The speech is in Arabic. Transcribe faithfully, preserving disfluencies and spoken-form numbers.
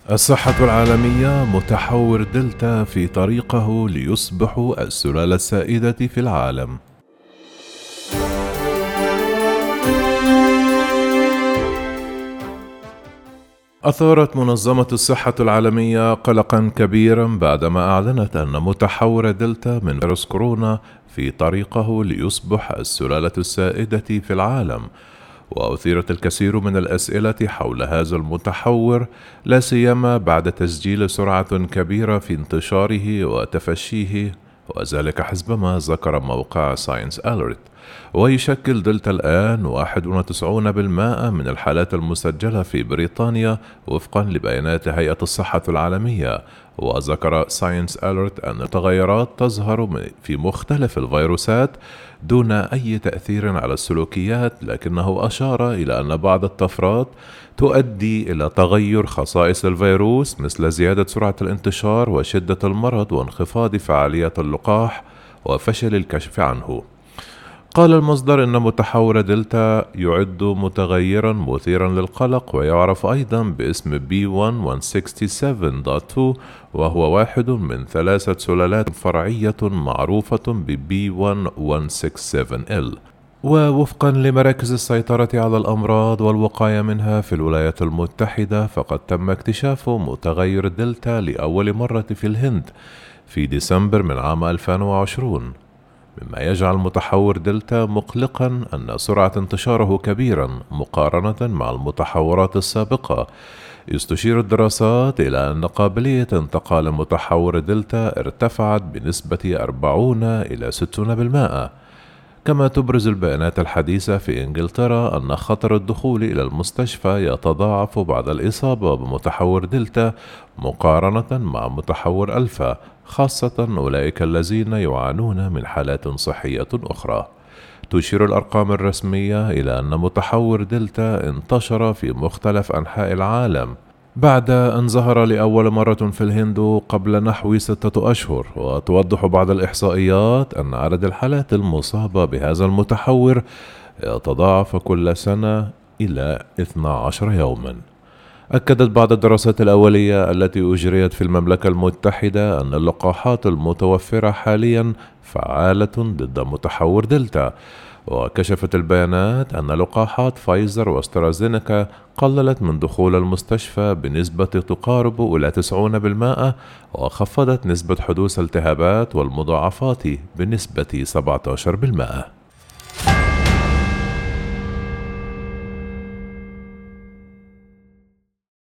الصحة العالمية متحور دلتا في طريقه ليصبح السلالة السائدة في العالم. أثارت منظمة الصحة العالمية قلقًا كبيرًا بعدما أعلنت أن متحور دلتا من فيروس كورونا في طريقه ليصبح السلالة السائدة في العالم، وأثيرت الكثير من الأسئلة حول هذا المتحور، لا سيما بعد تسجيل سرعة كبيرة في انتشاره وتفشيه، وذلك حسب ما ذكر موقع ساينس أليرت. ويشكل دلتا الآن واحد وتسعين بالمئة من الحالات المسجلة في بريطانيا وفقا لبيانات هيئة الصحة العالمية. وذكر ساينس أليرت أن التغيرات تظهر في مختلف الفيروسات دون أي تأثير على السلوكيات، لكنه أشار إلى أن بعض الطفرات تؤدي إلى تغير خصائص الفيروس مثل زيادة سرعة الانتشار وشدة المرض وانخفاض فعالية اللقاح وفشل الكشف عنه. قال المصدر إن متحور دلتا يعد متغيرا مثيرا للقلق، ويعرف أيضا باسم بي واحد ستة سبعة نقطة اثنين، وهو واحد من ثلاثة سلالات فرعية معروفة ب بي واحد ستة سبعة إل. ووفقا لمراكز السيطرة على الأمراض والوقاية منها في الولايات المتحدة، فقد تم اكتشاف متغير دلتا لأول مرة في الهند في ديسمبر من عام ألفين وعشرين، مما يجعل متحور دلتا مقلقا أن سرعة انتشاره كبيرا مقارنة مع المتحورات السابقة. يستشير الدراسات إلى أن قابلية انتقال متحور دلتا ارتفعت بنسبة أربعين إلى ستين بالمئة. كما تبرز البيانات الحديثة في إنجلترا أن خطر الدخول إلى المستشفى يتضاعف بعد الإصابة بمتحور دلتا مقارنة مع متحور ألفا، خاصة أولئك الذين يعانون من حالات صحية أخرى. تشير الأرقام الرسمية إلى أن متحور دلتا انتشر في مختلف أنحاء العالم بعد أن ظهر لأول مرة في الهند قبل نحو ستة أشهر. وتوضح بعض الإحصائيات أن عدد الحالات المصابة بهذا المتحور يتضاعف كل سنة إلى اثني عشر يوما. أكدت بعض الدراسات الأولية التي أجريت في المملكة المتحدة أن اللقاحات المتوفرة حاليا فعالة ضد متحور دلتا. وكشفت البيانات أن لقاحات فايزر واسترازينيكا قللت من دخول المستشفى بنسبة تقارب إلى تسعين بالمئة، وخفضت نسبة حدوث التهابات والمضاعفات بنسبة سبعة عشر بالمئة.